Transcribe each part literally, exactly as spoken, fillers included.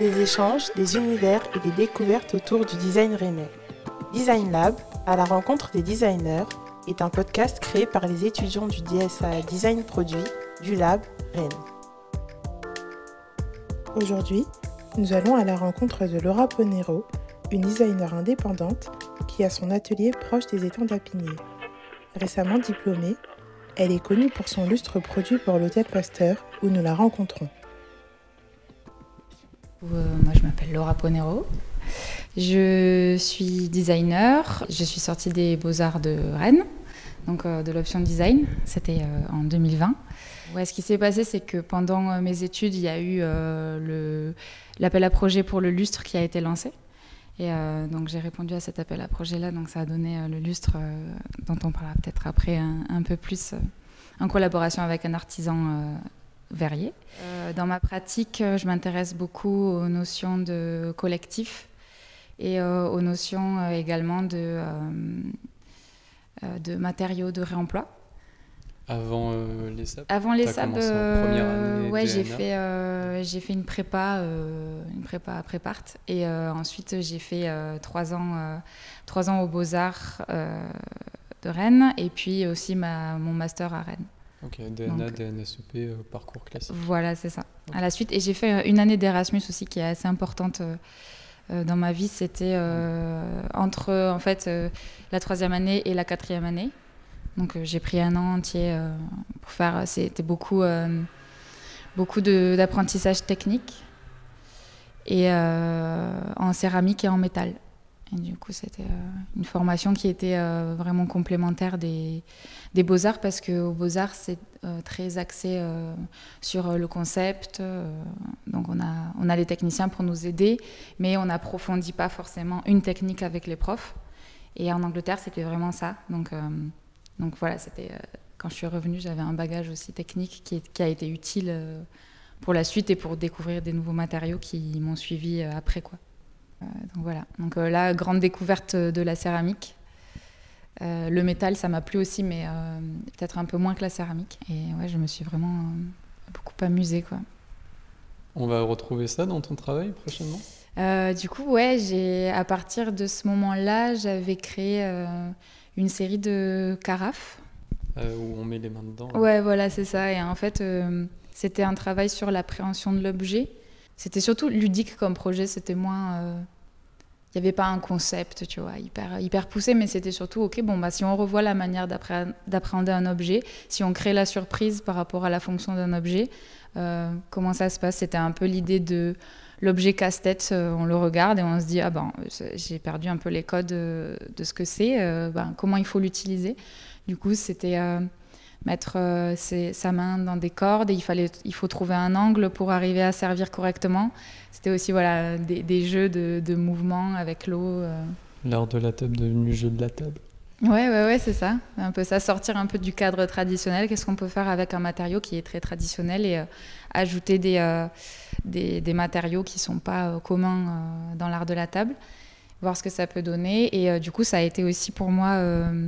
Des échanges, des univers et des découvertes autour du design rennais. Design Lab, à la rencontre des designers, est un podcast créé par les étudiants du D S A Design Produit du Lab Rennes. Aujourd'hui, nous allons à la rencontre de Laura Ponero, une designer indépendante qui a son atelier proche des étangs d'Apigné. Récemment diplômée, elle est connue pour son lustre produit pour l'Hôtel Pasteur où nous la rencontrons. Euh, moi, je m'appelle Laura Ponero. Je suis designer. Je suis sortie des Beaux-Arts de Rennes, donc euh, de l'option design. C'était euh, en deux mille vingt. Ouais, ce qui s'est passé, c'est que pendant mes études, il y a eu euh, le, l'appel à projet pour le lustre qui a été lancé. Et euh, donc, j'ai répondu à cet appel à projet-là. Donc, ça a donné euh, le lustre euh, dont on parlera peut-être après un, un peu plus, euh, en collaboration avec un artisan euh, verrier. Euh, dans ma pratique, je m'intéresse beaucoup aux notions de collectif et euh, aux notions euh, également de, euh, euh, de matériaux de réemploi. Avant euh, les S A P Avant les S A P, euh, ouais, j'ai fait, euh, j'ai fait une prépa, euh, une prépa à Prépart. Et euh, ensuite, j'ai fait euh, trois ans, euh, trois ans aux Beaux-Arts euh, de Rennes et puis aussi ma, mon master à Rennes. Ok, D N A, Donc, D N S E P, euh, parcours classique. Voilà, c'est ça. Okay. À la suite, et j'ai fait une année d'Erasmus aussi qui est assez importante euh, dans ma vie. C'était euh, entre en fait euh, la troisième année et la quatrième année. Donc euh, j'ai pris un an entier euh, pour faire. C'était beaucoup, euh, beaucoup de, d'apprentissage technique et euh, en céramique et en métal. Et du coup, c'était euh, une formation qui était euh, vraiment complémentaire des, des Beaux-Arts parce qu'aux Beaux-Arts, c'est euh, très axé euh, sur euh, le concept. Euh, donc, on a, on a les techniciens pour nous aider, mais on n'approfondit pas forcément une technique avec les profs. Et en Angleterre, c'était vraiment ça. Donc, euh, donc voilà, c'était, euh, quand je suis revenue, j'avais un bagage aussi technique qui, qui a été utile euh, pour la suite et pour découvrir des nouveaux matériaux qui m'ont suivi euh, après, quoi. Donc voilà, donc euh, là, grande découverte de la céramique. Euh, le métal, ça m'a plu aussi, mais euh, peut-être un peu moins que la céramique. Et ouais, je me suis vraiment euh, beaucoup amusée, quoi. On va retrouver ça dans ton travail prochainement ? euh, Du coup, ouais, j'ai, à partir de ce moment-là, j'avais créé euh, une série de carafes. Euh, où on met les mains dedans. Ouais, hein. Voilà, c'est ça. Et en fait, euh, c'était un travail sur l'appréhension de l'objet. C'était surtout ludique comme projet, c'était moins... Il euh, n'y avait pas un concept, tu vois, hyper, hyper poussé, mais c'était surtout, ok, bon, bah, si on revoit la manière d'appré- d'appréhender un objet, si on crée la surprise par rapport à la fonction d'un objet, euh, comment ça se passe ? C'était un peu l'idée de l'objet casse-tête, euh, on le regarde et on se dit, ah ben, j'ai perdu un peu les codes de, de ce que c'est, euh, ben, comment il faut l'utiliser. Du coup, c'était... Euh, mettre euh, ses, sa main dans des cordes et il, fallait, il faut trouver un angle pour arriver à servir correctement. C'était aussi voilà, des, des jeux de, de mouvement avec l'eau. Euh. L'art de la table devenu jeu de la table. Ouais, ouais, ouais, c'est ça. Un peu ça, sortir un peu du cadre traditionnel. Qu'est-ce qu'on peut faire avec un matériau qui est très traditionnel et euh, ajouter des, euh, des, des matériaux qui ne sont pas euh, communs euh, dans l'art de la table, voir ce que ça peut donner. Et euh, du coup, ça a été aussi pour moi... Euh,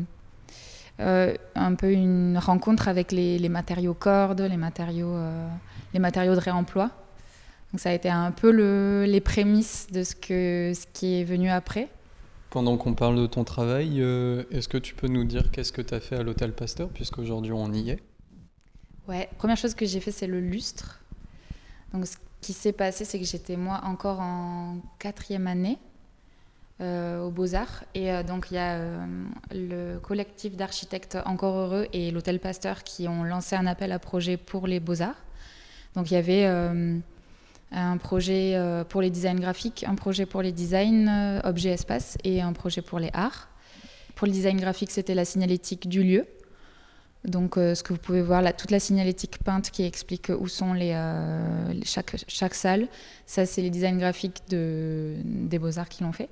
Euh, un peu une rencontre avec les, les matériaux cordes, les matériaux, euh, les matériaux de réemploi. Donc ça a été un peu le, les prémices de ce, que, ce qui est venu après. Pendant qu'on parle de ton travail, euh, est-ce que tu peux nous dire qu'est-ce que tu as fait à l'Hôtel Pasteur, puisqu'aujourd'hui on y est ? Ouais, première chose que j'ai fait, c'est le lustre. Donc ce qui s'est passé, c'est que j'étais moi encore en quatrième année. Euh, aux Beaux-Arts et euh, donc il y a euh, le collectif d'architectes Encore Heureux et l'Hôtel Pasteur qui ont lancé un appel à projet pour les Beaux-Arts. Donc il y avait euh, un projet euh, pour les designs graphiques, un projet pour les designs euh, objets espaces et un projet pour les arts. Pour le design graphique, c'était la signalétique du lieu. Donc euh, ce que vous pouvez voir là, toute la signalétique peinte qui explique où sont les, euh, chaque, chaque salle. Ça, c'est les designs graphiques de, des Beaux-Arts qui l'ont fait.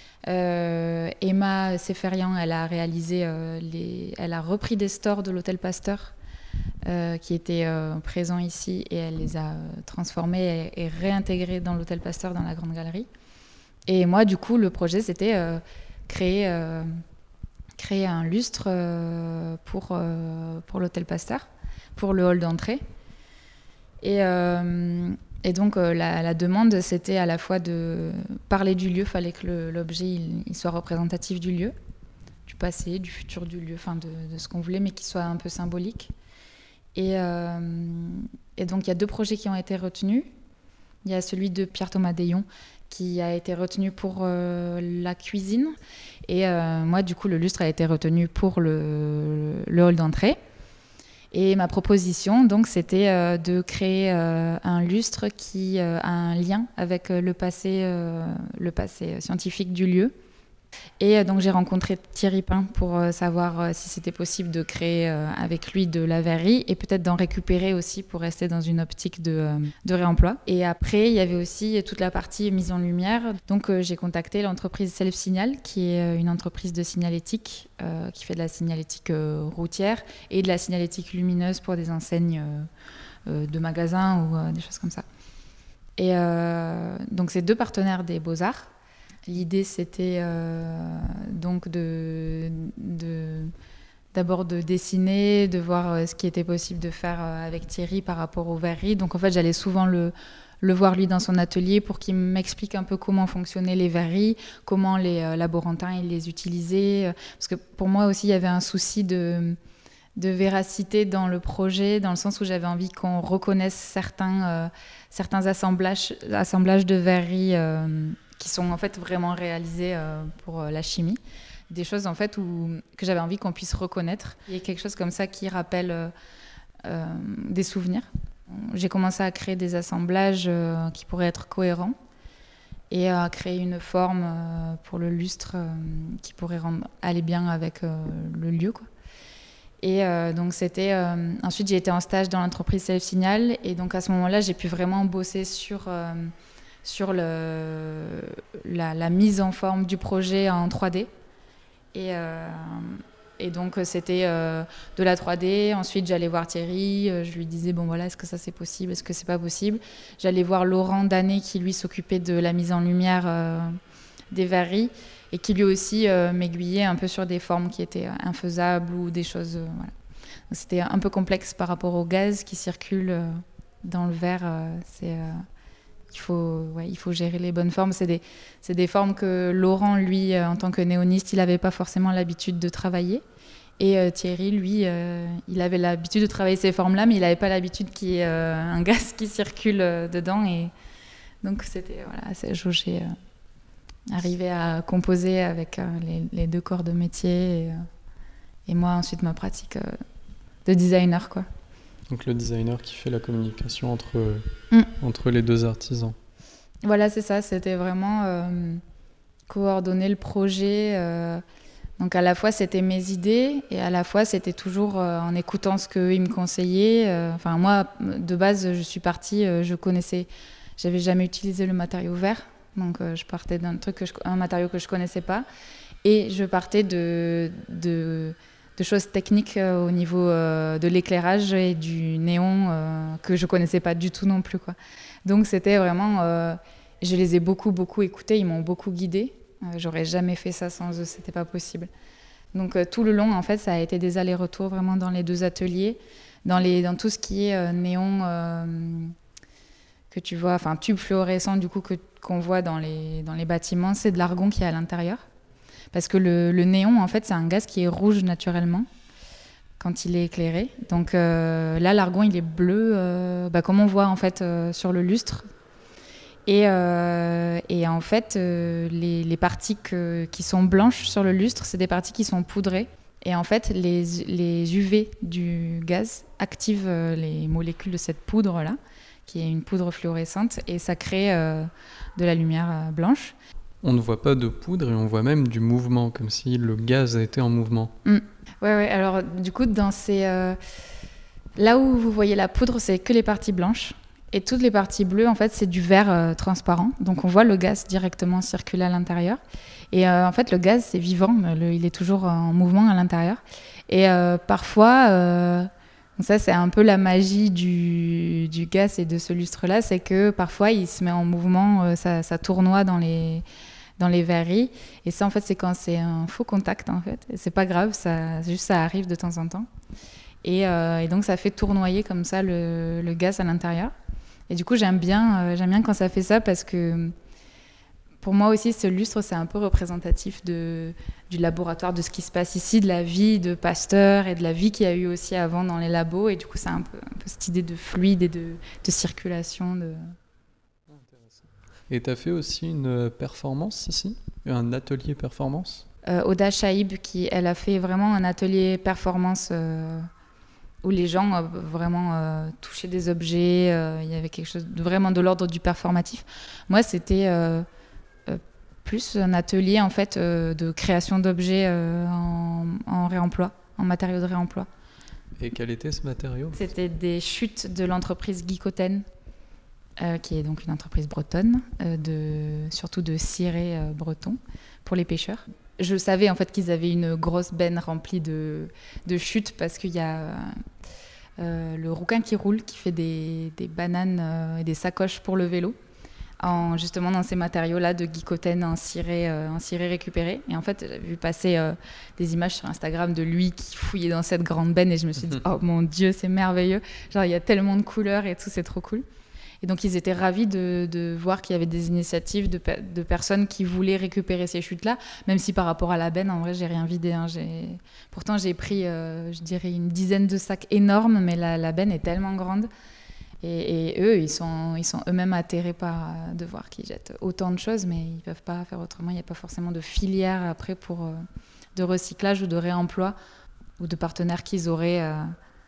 Euh, Emma Seferian, elle a réalisé, euh, les, elle a repris des stores de l'Hôtel Pasteur euh, qui étaient euh, présents ici et elle les a euh, transformés et, et réintégrés dans l'Hôtel Pasteur dans la Grande Galerie. Et moi, du coup, le projet, c'était euh, créer, euh, créer un lustre euh, pour, euh, pour l'Hôtel Pasteur, pour le hall d'entrée. Et, euh, Et donc euh, la, la demande, c'était à la fois de parler du lieu, il fallait que le, l'objet il, il soit représentatif du lieu, du passé, du futur du lieu, enfin de, de ce qu'on voulait, mais qu'il soit un peu symbolique. Et, euh, et donc il y a deux projets qui ont été retenus. Il y a celui de Pierre-Thomas Deyon qui a été retenu pour euh, la cuisine. Et euh, moi, du coup, le lustre a été retenu pour le, le hall d'entrée. Et ma proposition, donc, c'était euh, de créer euh, un lustre qui euh, a un lien avec euh, le passé, euh, le passé scientifique du lieu. Et euh, donc, j'ai rencontré Thierry Pin pour euh, savoir euh, si c'était possible de créer euh, avec lui de la verrerie et peut-être d'en récupérer aussi pour rester dans une optique de, euh, de réemploi. Et après, il y avait aussi toute la partie mise en lumière. Donc, euh, j'ai contacté l'entreprise Self Signal, qui est euh, une entreprise de signalétique euh, qui fait de la signalétique euh, routière et de la signalétique lumineuse pour des enseignes euh, euh, de magasins ou euh, des choses comme ça. Et euh, donc, c'est deux partenaires des Beaux-Arts. L'idée, c'était euh, donc de, de, d'abord de dessiner, de voir euh, ce qui était possible de faire euh, avec Thierry par rapport aux verreries. Donc en fait, j'allais souvent le, le voir lui dans son atelier pour qu'il m'explique un peu comment fonctionnaient les verreries, comment les euh, laborantins ils les utilisaient. Parce que pour moi aussi, il y avait un souci de, de véracité dans le projet, dans le sens où j'avais envie qu'on reconnaisse certains, euh, certains assemblages, assemblages de verreries euh, qui sont en fait vraiment réalisés euh, pour euh, la chimie. Des choses en fait où, que j'avais envie qu'on puisse reconnaître. Il y a quelque chose comme ça qui rappelle euh, euh, des souvenirs. J'ai commencé à créer des assemblages euh, qui pourraient être cohérents et à créer une forme euh, pour le lustre euh, qui pourrait rendre, aller bien avec euh, le lieu, quoi. Et euh, donc c'était... Euh, ensuite, j'ai été en stage dans l'entreprise Self Signal et donc à ce moment-là, j'ai pu vraiment bosser sur... Euh, sur le, la, la mise en forme du projet en trois D. Et, euh, et donc, c'était euh, de la trois D. Ensuite, j'allais voir Thierry. Euh, je lui disais, bon, voilà, est-ce que ça, c'est possible? Est-ce que c'est pas possible? J'allais voir Laurent Danet, qui, lui, s'occupait de la mise en lumière euh, des verreries et qui, lui aussi, euh, m'aiguillait un peu sur des formes qui étaient infaisables ou des choses... Euh, voilà. Donc, c'était un peu complexe par rapport au gaz qui circule euh, dans le verre. Euh, c'est... Euh, Il faut, ouais, il faut gérer les bonnes formes. C'est des, c'est des formes que Laurent, lui, euh, en tant que néoniste, il n'avait pas forcément l'habitude de travailler. Et euh, Thierry, lui, euh, il avait l'habitude de travailler ces formes-là, mais il n'avait pas l'habitude qu'il y ait euh, un gaz qui circule euh, dedans. Et donc, c'était voilà, assez jaugé. Euh, arriver à composer avec euh, les, les deux corps de métier. Et, euh, et moi, ensuite, ma pratique euh, de designer, quoi. Donc le designer qui fait la communication entre, mm. entre les deux artisans. Voilà, c'est ça. C'était vraiment euh, coordonner le projet. Euh, donc à la fois, c'était mes idées et à la fois, c'était toujours euh, en écoutant ce qu'eux, ils me conseillaient. Euh, enfin, moi, de base, je suis partie, euh, je connaissais... J'avais jamais utilisé le matériau vert. Donc euh, je partais d'un truc, que je, un matériau que je connaissais pas. Et je partais de... de de choses techniques euh, au niveau euh, de l'éclairage et du néon euh, que je connaissais pas du tout non plus, quoi. Donc c'était vraiment... Euh, je les ai beaucoup, beaucoup écoutés, ils m'ont beaucoup guidée. Euh, j'aurais jamais fait ça sans eux, c'était pas possible. Donc euh, tout le long, en fait, ça a été des allers-retours vraiment dans les deux ateliers, dans, les, dans tout ce qui est euh, néon euh, que tu vois, enfin tube fluorescent du coup que, qu'on voit dans les, dans les bâtiments, c'est de l'argon qui est à l'intérieur. Parce que le, le néon, en fait, c'est un gaz qui est rouge naturellement quand il est éclairé. Donc euh, là, l'argon, il est bleu, euh, bah, comme on voit en fait euh, sur le lustre. Et, euh, et en fait, euh, les, les parties que, qui sont blanches sur le lustre, c'est des parties qui sont poudrées. Et en fait, les, les U V du gaz activent euh, les molécules de cette poudre-là, qui est une poudre fluorescente, et ça crée euh, de la lumière euh, blanche. On ne voit pas de poudre et on voit même du mouvement, comme si le gaz était en mouvement. Mmh. Ouais, ouais. Alors, du coup, dans ces, euh... là où vous voyez la poudre, c'est que les parties blanches. Et toutes les parties bleues, en fait, c'est du verre euh, transparent. Donc, on voit le gaz directement circuler à l'intérieur. Et euh, en fait, le gaz, c'est vivant. Le, il est toujours en mouvement à l'intérieur. Et euh, parfois... Euh... Ça, c'est un peu la magie du, du gaz et de ce lustre-là, c'est que parfois, il se met en mouvement, euh, ça, ça tournoie dans les, dans les verreries. Et ça, en fait, c'est quand c'est un faux contact, en fait. Et c'est pas grave, ça, juste ça arrive de temps en temps. Et, euh, et donc, ça fait tournoyer comme ça le, le gaz à l'intérieur. Et du coup, j'aime bien, euh, j'aime bien quand ça fait ça parce que pour moi aussi, ce lustre, c'est un peu représentatif de, du laboratoire, de ce qui se passe ici, de la vie de Pasteur et de la vie qu'il y a eu aussi avant dans les labos. Et du coup, c'est un peu, un peu cette idée de fluide et de, de circulation. De... Et tu as fait aussi une performance ici, un atelier performance euh, Oda Shaib, qui, elle a fait vraiment un atelier performance euh, où les gens euh, vraiment euh, touchaient des objets. Euh, il y avait quelque chose de vraiment de l'ordre du performatif. Moi, c'était... Euh, plus un atelier en fait euh, de création d'objets euh, en, en réemploi, en matériaux de réemploi. Et quel était ce matériau ? C'était des chutes de l'entreprise Guicoten, euh, qui est donc une entreprise bretonne, euh, de, surtout de ciré euh, breton pour les pêcheurs. Je savais en fait qu'ils avaient une grosse benne remplie de, de chutes parce qu'il y a euh, le rouquin qui roule, qui fait des, des bananes euh, et des sacoches pour le vélo. En, justement dans ces matériaux-là de Guicoten en ciré, euh, en ciré récupéré. Et en fait, j'ai vu passer euh, des images sur Instagram de lui qui fouillait dans cette grande benne et je me suis dit, oh mon Dieu, c'est merveilleux. Genre, il y a tellement de couleurs et tout, c'est trop cool. Et donc, ils étaient ravis de, de voir qu'il y avait des initiatives de, pe- de personnes qui voulaient récupérer ces chutes-là, même si par rapport à la benne, en vrai, j'ai rien vidé. Hein. J'ai... Pourtant, j'ai pris, euh, je dirais, une dizaine de sacs énormes, mais la, la benne est tellement grande. Et, et eux, ils sont, ils sont eux-mêmes atterrés par euh, de voir qu'ils jettent autant de choses, mais ils ne peuvent pas faire autrement. Il n'y a pas forcément de filière après pour, euh, de recyclage ou de réemploi ou de partenaires qu'ils auraient euh,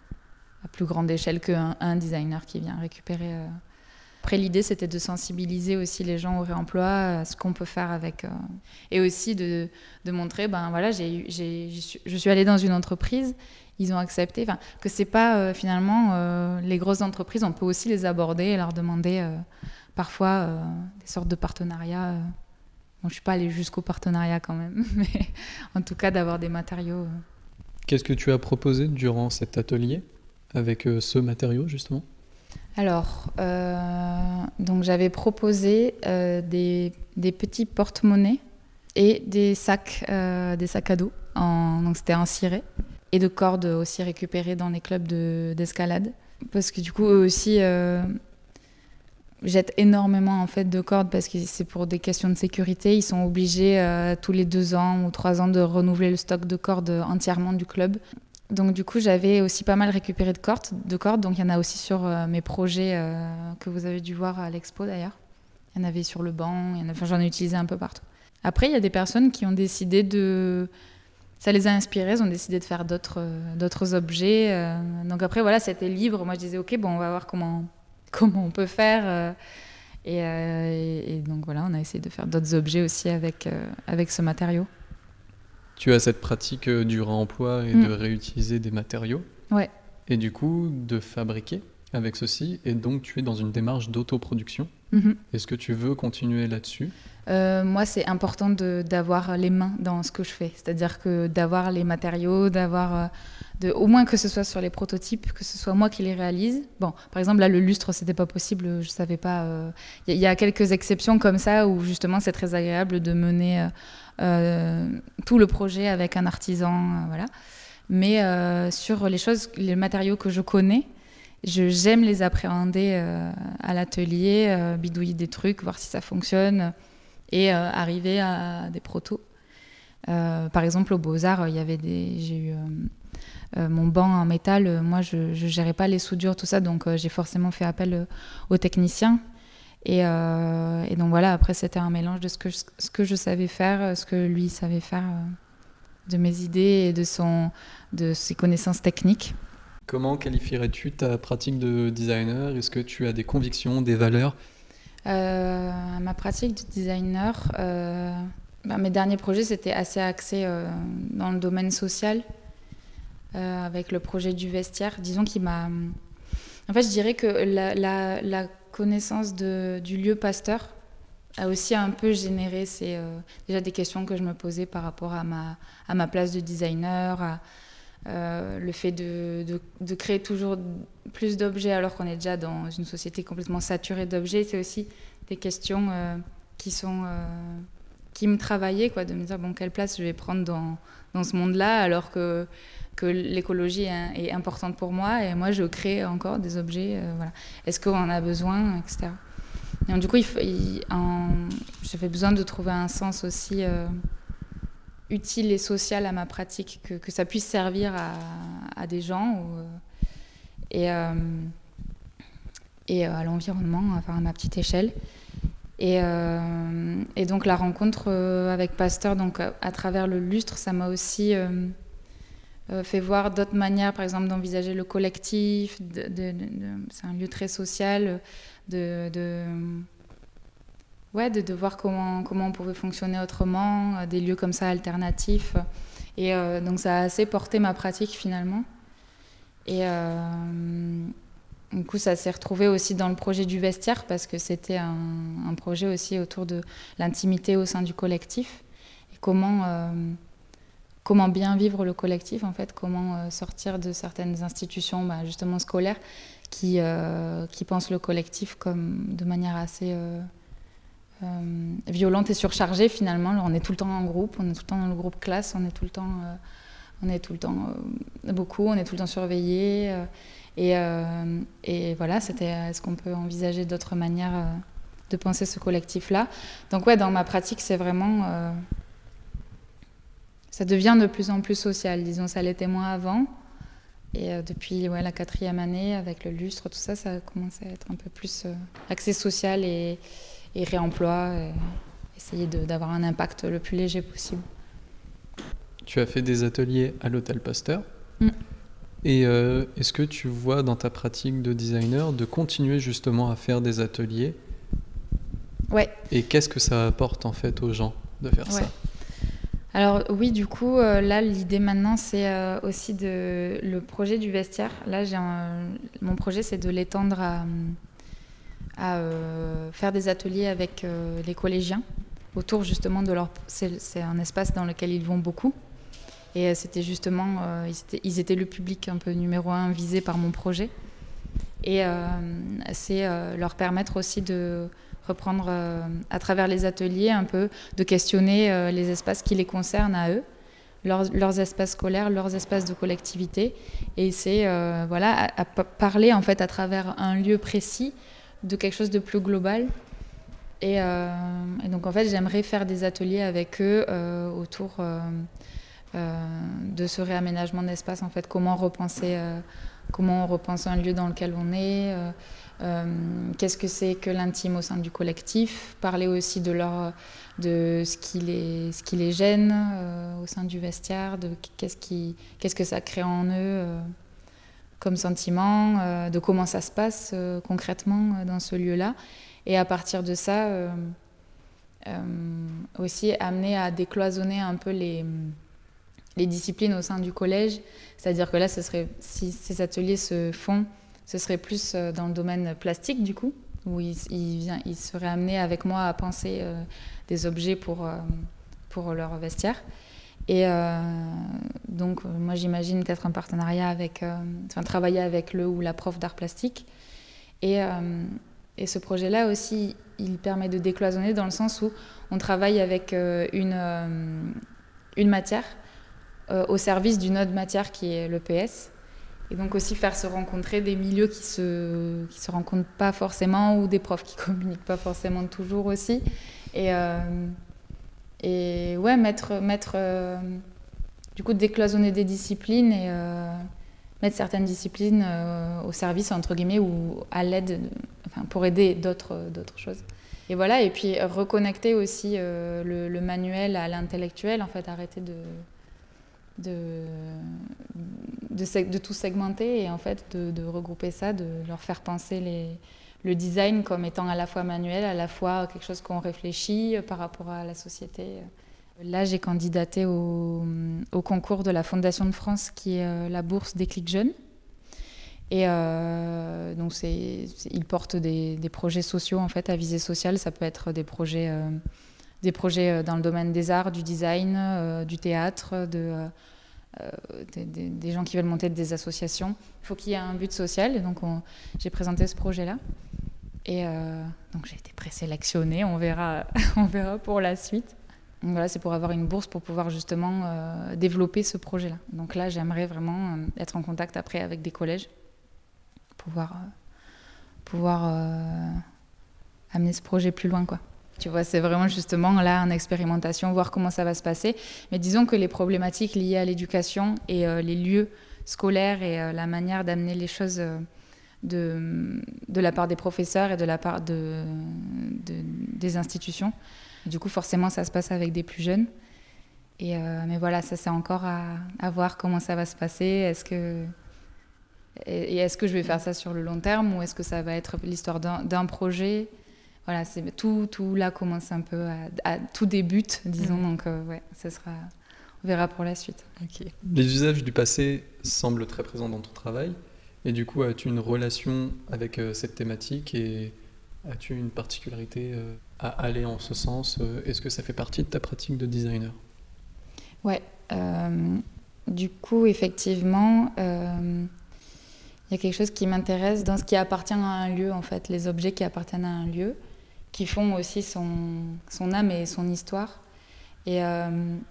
à plus grande échelle qu'un un designer qui vient récupérer. Euh. Après, l'idée, c'était de sensibiliser aussi les gens au réemploi, à ce qu'on peut faire avec... Euh, et aussi de, de montrer, ben voilà, j'ai, j'ai, je suis allée dans une entreprise... Ils ont accepté, enfin, que c'est pas euh, finalement euh, les grosses entreprises, on peut aussi les aborder et leur demander euh, parfois euh, des sortes de partenariats. Euh. Bon, je suis pas allée jusqu'au partenariat quand même, mais en tout cas d'avoir des matériaux. Euh. Qu'est-ce que tu as proposé durant cet atelier avec euh, ce matériau justement ? Alors, euh, donc j'avais proposé euh, des, des petits porte-monnaies et des sacs, euh, des sacs à dos. En, donc c'était en ciré. Et de cordes aussi récupérées dans les clubs de, d'escalade. Parce que du coup, eux aussi euh, jettent énormément en fait, de cordes parce que c'est pour des questions de sécurité. Ils sont obligés euh, tous les deux ans ou trois ans de renouveler le stock de cordes entièrement du club. Donc du coup, j'avais aussi pas mal récupéré de cordes. De cordes donc il y en a aussi sur euh, mes projets euh, que vous avez dû voir à l'expo d'ailleurs. Il y en avait sur le banc, il y en a, enfin, j'en ai utilisé un peu partout. Après, il y a des personnes qui ont décidé de... Ça les a inspirés, ils ont décidé de faire d'autres, euh, d'autres objets. Euh, donc après, voilà, c'était libre. Moi, je disais, OK, bon, on va voir comment, comment on peut faire. Euh, et, euh, et, et donc voilà, on a essayé de faire d'autres objets aussi avec, euh, avec ce matériau. Tu as cette pratique euh, du réemploi et mmh. de réutiliser des matériaux. Ouais. Et du coup, de fabriquer avec ceci. Et donc, tu es dans une démarche d'autoproduction. Mmh. Est-ce que tu veux continuer là-dessus ? Euh, moi, c'est important de, d'avoir les mains dans ce que je fais. C'est-à-dire que d'avoir les matériaux, d'avoir... Euh, de, au moins que ce soit sur les prototypes, que ce soit moi qui les réalise. Bon, par exemple, là, le lustre, c'était pas possible. Je savais pas... Il euh, y, y a quelques exceptions comme ça où, justement, c'est très agréable de mener euh, euh, tout le projet avec un artisan. Euh, voilà. Mais euh, sur les choses, les matériaux que je connais, je, j'aime les appréhender euh, à l'atelier, euh, bidouiller des trucs, voir si ça fonctionne... et euh, arriver à des protos. Euh, par exemple, au Beaux-Arts, il y avait des... j'ai eu euh, euh, mon banc en métal. Euh, moi, je ne gérais pas les soudures, tout ça, donc euh, j'ai forcément fait appel euh, aux techniciens. Et, euh, et donc voilà, après, c'était un mélange de ce que je, ce que je savais faire, ce que lui savait faire, euh, de mes idées et de, son, de ses connaissances techniques. Comment qualifierais-tu ta pratique de designer ? Est-ce que tu as des convictions, des valeurs ? Euh, ma pratique de designer, euh, ben mes derniers projets, c'était assez axé euh, dans le domaine social, euh, avec le projet du vestiaire. Disons qu'il m'a... En fait, je dirais que la, la, la connaissance de, du lieu Pasteur a aussi un peu généré ces, euh, déjà des questions que je me posais par rapport à ma, à ma place de designer, à, Euh, le fait de, de, de créer toujours plus d'objets alors qu'on est déjà dans une société complètement saturée d'objets, c'est aussi des questions euh, qui sont, euh, qui me travaillait, quoi, de me dire bon, quelle place je vais prendre dans, dans ce monde-là, alors que, que l'écologie est, est importante pour moi, et moi je crée encore des objets. Euh, voilà. Est-ce qu'on en a besoin, et cetera. Et donc, du coup, il, il, en, j'avais besoin de trouver un sens aussi euh, utile et social à ma pratique, que, que ça puisse servir à, à des gens ou, et, euh, et à l'environnement, enfin à ma petite échelle. Et, euh, et donc la rencontre euh, avec Pasteur, donc à, à travers le lustre, ça m'a aussi euh, euh, fait voir d'autres manières, par exemple d'envisager le collectif. De, de, de, de, c'est un lieu très social, de, de, ouais, de, de voir comment, comment on pouvait fonctionner autrement, des lieux comme ça alternatifs. Et euh, donc ça a assez porté ma pratique finalement. Et euh, du coup, ça s'est retrouvé aussi dans le projet du vestiaire, parce que c'était un, un projet aussi autour de l'intimité au sein du collectif. Et comment, euh, comment bien vivre le collectif, en fait, comment euh, sortir de certaines institutions, bah, justement scolaires, qui, euh, qui pensent le collectif comme de manière assez euh, euh, violente et surchargée, finalement. Alors, on est tout le temps en groupe, on est tout le temps dans le groupe classe, on est tout le temps, euh, on est tout le temps euh, beaucoup, on est tout le temps surveillé. Euh, Et, euh, et voilà, c'était est-ce qu'on peut envisager d'autres manières euh, de penser ce collectif-là. Donc ouais, dans ma pratique, c'est vraiment... Euh, ça devient de plus en plus social. Disons, ça l'était moins avant. Et euh, depuis ouais, la quatrième année, avec le lustre, tout ça, ça commence à être un peu plus euh, axé social et, et réemploi. Et essayer de, d'avoir un impact le plus léger possible. Tu as fait des ateliers à l'Hôtel Pasteur. Mm. Et euh, est-ce que tu vois dans ta pratique de designer de continuer justement à faire des ateliers? Ouais. Et qu'est-ce que ça apporte en fait aux gens de faire ouais. ça? Alors oui, du coup, euh, là, l'idée maintenant, c'est euh, aussi de le projet du vestiaire. Là, j'ai un, mon projet, c'est de l'étendre à, à euh, faire des ateliers avec euh, les collégiens autour justement de leur... C'est, c'est un espace dans lequel ils vont beaucoup. Et c'était justement, euh, ils, étaient, ils étaient le public un peu numéro un visé par mon projet. Et euh, c'est euh, leur permettre aussi de reprendre, euh, à travers les ateliers, un peu, de questionner euh, les espaces qui les concernent à eux, leurs, leurs espaces scolaires, leurs espaces de collectivité. Et c'est, euh, voilà, à, à parler, en fait, à travers un lieu précis, de quelque chose de plus global. Et, euh, et donc, en fait, j'aimerais faire des ateliers avec eux euh, autour... Euh, Euh, de ce réaménagement d'espace, en fait, comment repenser, euh, comment on repense un lieu dans lequel on est, euh, euh, qu'est-ce que c'est que l'intime au sein du collectif, parler aussi de, leur, de ce, qui les, ce qui les gêne euh, au sein du vestiaire, de qu'est-ce, qui, qu'est-ce que ça crée en eux euh, comme sentiment, euh, de comment ça se passe euh, concrètement euh, dans ce lieu-là. Et à partir de ça, euh, euh, aussi amener à décloisonner un peu les... les disciplines au sein du collège, c'est-à-dire que là, ce serait, si ces ateliers se font, ce serait plus dans le domaine plastique, du coup, où ils il, il seraient amenés avec moi à penser euh, des objets pour, euh, pour leur vestiaire. Et euh, donc, moi, j'imagine peut-être un partenariat avec, euh, enfin, travailler avec le ou la prof d'art plastique. Et, euh, et ce projet-là aussi, il permet de décloisonner dans le sens où on travaille avec euh, une, euh, une matière Euh, au service d'une autre matière qui est l'E P S. Et donc aussi faire se rencontrer des milieux qui se, qui se rencontrent pas forcément, ou des profs qui communiquent pas forcément toujours aussi. Et, euh, et ouais, mettre, mettre euh, du coup décloisonner des disciplines et euh, mettre certaines disciplines euh, au service, entre guillemets, ou à l'aide, enfin, pour aider d'autres, d'autres choses. Et voilà, et puis reconnecter aussi euh, le, le manuel à l'intellectuel, en fait, arrêter de... De, de, de tout segmenter et en fait de, de regrouper ça, de leur faire penser les, le design comme étant à la fois manuel, à la fois quelque chose qu'on réfléchit par rapport à la société. Là, j'ai candidaté au, au concours de la Fondation de France qui est la bourse Déclic Jeunes. Et euh, donc, c'est, c'est, ils portent des, des projets sociaux en fait, à visée sociale. Ça peut être des projets... Euh, des projets dans le domaine des arts, du design, euh, du théâtre, de, euh, des, des, des gens qui veulent monter des associations. Il faut qu'il y ait un but social, et donc on, j'ai présenté ce projet-là. Et euh, donc j'ai été présélectionnée, on verra, on verra pour la suite. Donc voilà, c'est pour avoir une bourse pour pouvoir justement euh, développer ce projet-là. Donc là, j'aimerais vraiment euh, être en contact après avec des collèges, pouvoir, euh, pouvoir euh, amener ce projet plus loin, quoi. Tu vois, c'est vraiment justement là en expérimentation, voir comment ça va se passer. Mais disons que les problématiques liées à l'éducation et euh, les lieux scolaires et euh, la manière d'amener les choses euh, de, de la part des professeurs et de la part de, de, des institutions. Du coup, forcément, ça se passe avec des plus jeunes. Et euh, mais voilà, ça, c'est encore à, à voir comment ça va se passer. Est-ce que, et est-ce que je vais faire ça sur le long terme ou est-ce que ça va être l'histoire d'un, d'un projet ? Voilà, c'est, tout, tout là commence un peu à, à tout débute, disons. Mmh. Donc, euh, ouais, ça sera, on verra pour la suite. Okay. Les usages du passé semblent très présents dans ton travail. Et du coup, as-tu une relation avec euh, cette thématique et as-tu une particularité euh, à aller en ce sens? Est-ce que ça fait partie de ta pratique de designer? Ouais. Euh, du coup, effectivement, euh, il y a quelque chose qui m'intéresse dans ce qui appartient à un lieu, en fait, les objets qui appartiennent à un lieu, qui font aussi son, son âme et son histoire. Et euh,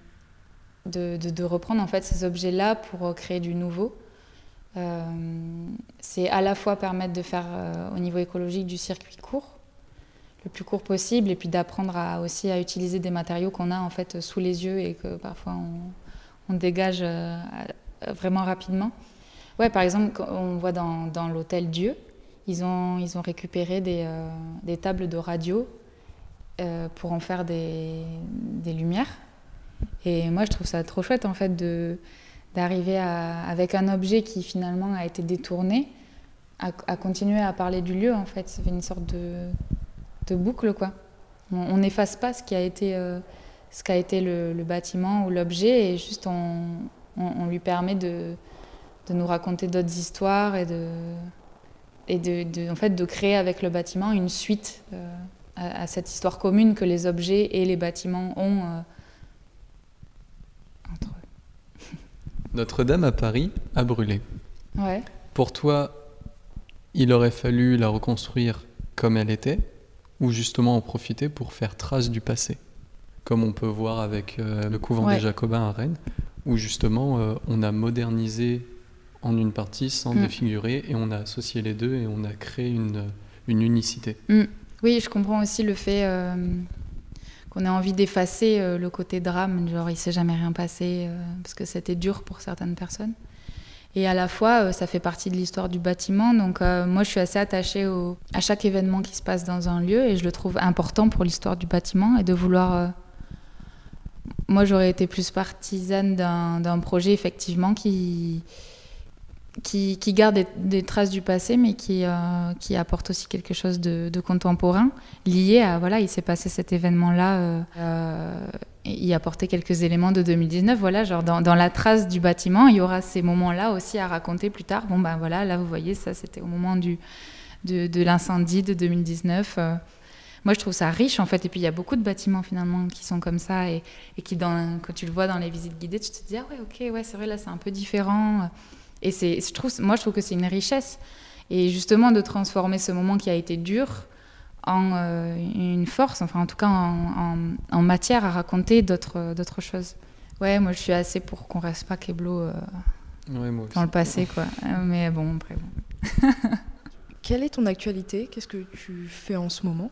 de, de, de reprendre, en fait, ces objets-là pour créer du nouveau. Euh, c'est à la fois permettre de faire euh, au niveau écologique du circuit court, le plus court possible, et puis d'apprendre à, aussi à utiliser des matériaux qu'on a en fait sous les yeux et que parfois on, on dégage euh, vraiment rapidement. Ouais, par exemple, on voit dans, dans l'hôtel Dieu, ils ont, ils ont récupéré des, euh, des tables de radio euh, pour en faire des, des lumières. Et moi, je trouve ça trop chouette en fait de d'arriver à, avec un objet qui finalement a été détourné, à, à continuer à parler du lieu en fait. Ça fait une sorte de, de boucle quoi. On n'efface pas ce qui a été, euh, ce qu'a été le, le bâtiment ou l'objet et juste on, on, on lui permet de, de nous raconter d'autres histoires et de, et de, de, en fait, de créer avec le bâtiment une suite euh, à, à cette histoire commune que les objets et les bâtiments ont euh, entre eux. Notre-Dame à Paris a brûlé. Ouais. Pour toi, il aurait fallu la reconstruire comme elle était ou justement en profiter pour faire trace du passé, comme on peut voir avec euh, le couvent ouais. des Jacobins à Rennes, où justement euh, on a modernisé en une partie sans mmh. défigurer et on a associé les deux et on a créé une, une unicité. Mmh. Oui, je comprends aussi le fait euh, qu'on ait envie d'effacer euh, le côté drame, genre il s'est jamais rien passé, euh, parce que c'était dur pour certaines personnes. Et à la fois, euh, ça fait partie de l'histoire du bâtiment, donc euh, moi je suis assez attachée au, à chaque événement qui se passe dans un lieu et je le trouve important pour l'histoire du bâtiment et de vouloir... Euh, moi j'aurais été plus partisane d'un, d'un projet effectivement qui... Qui, qui garde des, des traces du passé, mais qui, euh, qui apporte aussi quelque chose de, de contemporain, lié à, voilà, il s'est passé cet événement-là, euh, euh, et y apporter quelques éléments de deux mille dix-neuf, voilà, genre dans, dans la trace du bâtiment, il y aura ces moments-là aussi à raconter plus tard. Bon, ben voilà, là, vous voyez, ça, c'était au moment du, de, de l'incendie de deux mille dix-neuf. Euh, moi, je trouve ça riche, en fait, et puis il y a beaucoup de bâtiments, finalement, qui sont comme ça, et, et qui, dans, quand tu le vois dans les visites guidées, tu te dis, ah ouais, ok, ouais, c'est vrai, là, c'est un peu différent. Et c'est, je trouve, moi, je trouve que c'est une richesse. Et justement, de transformer ce moment qui a été dur en euh, une force, enfin, en tout cas, en, en, en matière à raconter d'autres, d'autres choses. Ouais, moi, je suis assez pour qu'on reste pas Keblo euh, ouais, dans le passé, quoi. Mais bon, après, bon. Quelle est ton actualité ? Qu'est-ce que tu fais en ce moment ?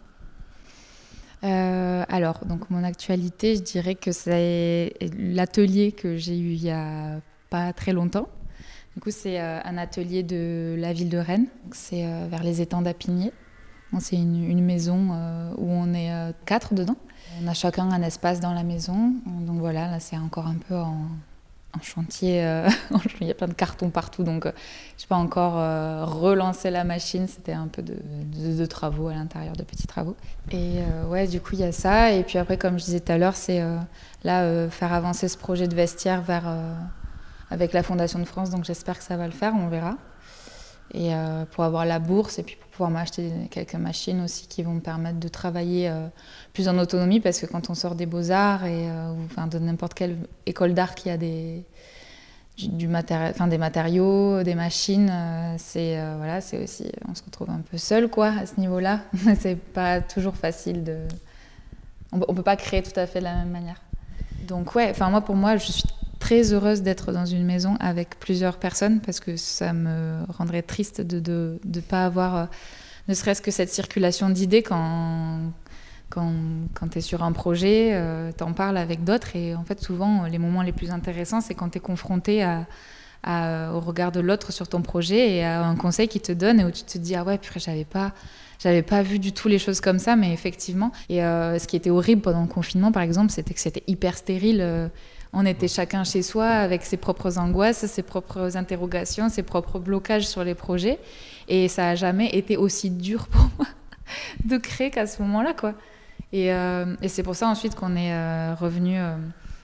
euh, Alors, donc, mon actualité, je dirais que c'est l'atelier que j'ai eu il y a pas très longtemps. Du coup, c'est euh, un atelier de la ville de Rennes. Donc, c'est euh, vers les étangs d'Apigné. Bon, c'est une, une maison euh, où on est euh, quatre dedans. On a chacun un espace dans la maison. Donc voilà, là, c'est encore un peu en, en chantier. Euh, il y a plein de cartons partout. Donc, euh, je n'ai pas encore euh, relancé la machine. C'était un peu de, de, de travaux à l'intérieur, de petits travaux. Et euh, ouais, du coup, il y a ça. Et puis après, comme je disais tout à l'heure, c'est euh, là, euh, faire avancer ce projet de vestiaire vers... Euh, avec la Fondation de France, donc j'espère que ça va le faire, on verra. Et euh, pour avoir la bourse et puis pour pouvoir m'acheter quelques machines aussi qui vont me permettre de travailler euh, plus en autonomie, parce que quand on sort des Beaux-Arts et euh, ou, enfin, de n'importe quelle école d'art qui a des, du, du matéri- enfin, des matériaux, des machines, euh, c'est, euh, voilà, c'est aussi, on se retrouve un peu seul quoi, à ce niveau-là. C'est pas toujours facile de... on ne peut pas créer tout à fait de la même manière. Donc ouais, enfin moi pour moi, je suis très heureuse d'être dans une maison avec plusieurs personnes parce que ça me rendrait triste de de de pas avoir euh, ne serait-ce que cette circulation d'idées quand quand quand tu es sur un projet, euh, tu en parles avec d'autres et en fait souvent les moments les plus intéressants c'est quand tu es confronté à, à au regard de l'autre sur ton projet et à un conseil qu'il te donne et où tu te dis ah ouais purée, j'avais pas J'avais pas vu du tout les choses comme ça, mais effectivement. Et euh, ce qui était horrible pendant le confinement, par exemple, c'était que c'était hyper stérile. Euh, on était chacun chez soi avec ses propres angoisses, ses propres interrogations, ses propres blocages sur les projets. Et ça a jamais été aussi dur pour moi de créer qu'à ce moment-là, quoi. Et, euh, et c'est pour ça ensuite qu'on est euh, revenu euh,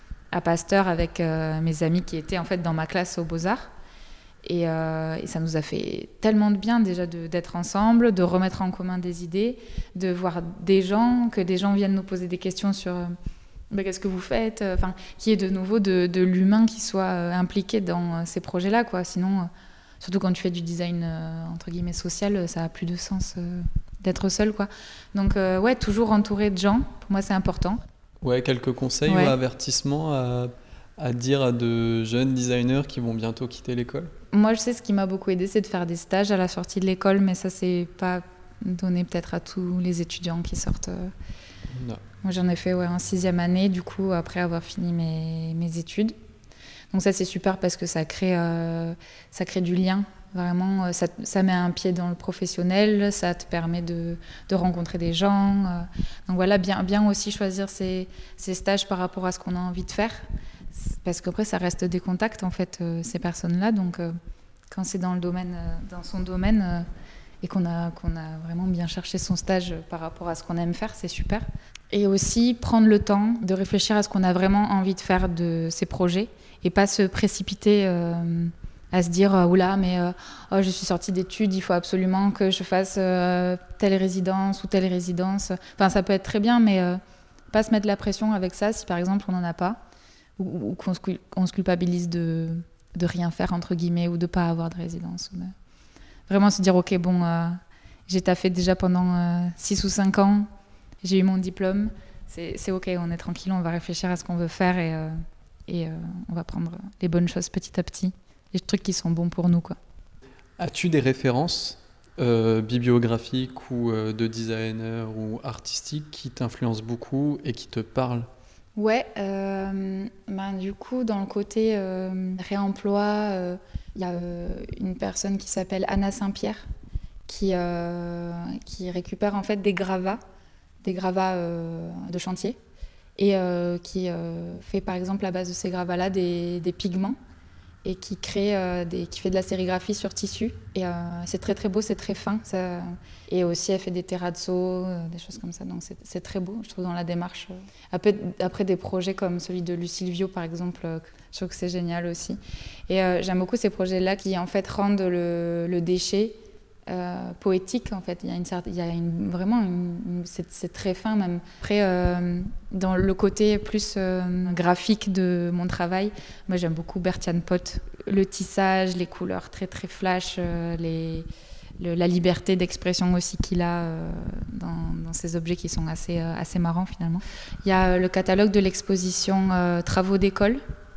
à Pasteur avec euh, mes amis qui étaient en fait dans ma classe aux Beaux-Arts. Et, euh, et ça nous a fait tellement de bien déjà de, d'être ensemble, de remettre en commun des idées, de voir des gens, que des gens viennent nous poser des questions sur euh, bah, qu'est-ce que vous faites, enfin, qu'il y ait de nouveau de, de l'humain qui soit euh, impliqué dans euh, ces projets-là, quoi. Sinon, euh, surtout quand tu fais du design euh, entre guillemets social, ça n'a plus de sens euh, d'être seul, quoi. Donc euh, ouais, toujours entouré de gens, pour moi c'est important. Ouais, quelques conseils ouais. ou avertissements à, à dire à de jeunes designers qui vont bientôt quitter l'école? Moi, je sais, ce qui m'a beaucoup aidé, c'est de faire des stages à la sortie de l'école, mais ça, c'est pas donné peut-être à tous les étudiants qui sortent. Non. Moi, j'en ai fait ouais, en sixième année, du coup, après avoir fini mes, mes études. Donc ça, c'est super parce que ça crée, euh, ça crée du lien. Vraiment, ça, ça met un pied dans le professionnel, ça te permet de, de rencontrer des gens. Donc voilà, bien, bien aussi choisir ces, ces stages par rapport à ce qu'on a envie de faire. Parce qu'après, ça reste des contacts, en fait, euh, ces personnes-là. Donc, euh, quand c'est dans le domaine, euh, dans son domaine, euh, et qu'on a, qu'on a vraiment bien cherché son stage par rapport à ce qu'on aime faire, c'est super. Et aussi, prendre le temps de réfléchir à ce qu'on a vraiment envie de faire de ces projets, et pas se précipiter euh, à se dire, oula, mais euh, oh, je suis sortie d'études, il faut absolument que je fasse euh, telle résidence ou telle résidence. Enfin, ça peut être très bien, mais euh, pas se mettre la pression avec ça, si par exemple, on n'en a pas. Ou, ou qu'on se, on se culpabilise de, de rien faire, entre guillemets, ou de ne pas avoir de résidence. De... Vraiment se dire, ok, bon, euh, j'ai taffé déjà pendant euh, six ou cinq ans, j'ai eu mon diplôme, c'est, c'est ok, on est tranquille, on va réfléchir à ce qu'on veut faire et, euh, et euh, on va prendre les bonnes choses petit à petit, les trucs qui sont bons pour nous, quoi. As-tu des références euh, bibliographiques ou euh, de designer ou artistiques qui t'influencent beaucoup et qui te parlent? Ouais, euh, ben, du coup, dans le côté euh, réemploi, il euh, y a euh, une personne qui s'appelle Anna Saint-Pierre qui, euh, qui récupère en fait des gravats, des gravats euh, de chantier et euh, qui euh, fait par exemple à base de ces gravats-là des, des pigments et qui crée euh, des, qui fait de la sérigraphie sur tissu et euh, c'est très très beau, c'est très fin ça... et aussi elle fait des terrazzo, euh, des choses comme ça, donc c'est, c'est très beau je trouve dans la démarche. Après, après des projets comme celui de Lucille Viau par exemple, euh, je trouve que c'est génial aussi et euh, j'aime beaucoup ces projets là qui en fait rendent le, le déchet Euh, poétique en fait, il y a, une, il y a une, vraiment une, une, c'est, c'est très fin même. Après euh, dans le côté plus euh, graphique de mon travail, moi j'aime beaucoup Bertian Pot, le tissage, les couleurs très très flash, euh, les, le, la liberté d'expression aussi qu'il a euh, dans, dans ces objets qui sont assez, euh, assez marrants finalement. Il y a le catalogue de l'exposition euh, Travaux d'école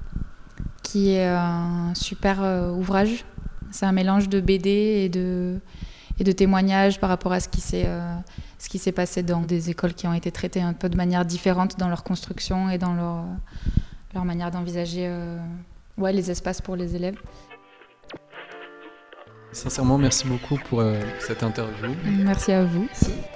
qui est un super euh, ouvrage. C'est un mélange de B D et de, et de témoignages par rapport à ce qui, s'est, euh, ce qui s'est passé dans des écoles qui ont été traitées un peu de manière différente dans leur construction et dans leur, leur manière d'envisager euh, ouais, les espaces pour les élèves. Sincèrement, merci beaucoup pour euh, cette interview. Merci à vous.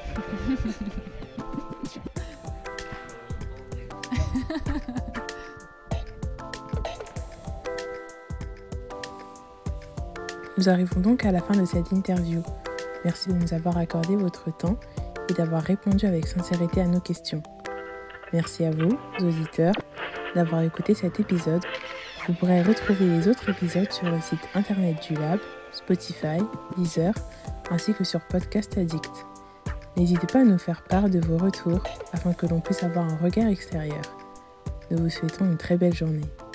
Nous arrivons donc à la fin de cette interview. Merci de nous avoir accordé votre temps et d'avoir répondu avec sincérité à nos questions. Merci à vous, auditeurs, d'avoir écouté cet épisode. Vous pourrez retrouver les autres épisodes sur le site internet du Lab, Spotify, Deezer, ainsi que sur Podcast Addict. N'hésitez pas à nous faire part de vos retours afin que l'on puisse avoir un regard extérieur. Nous vous souhaitons une très belle journée.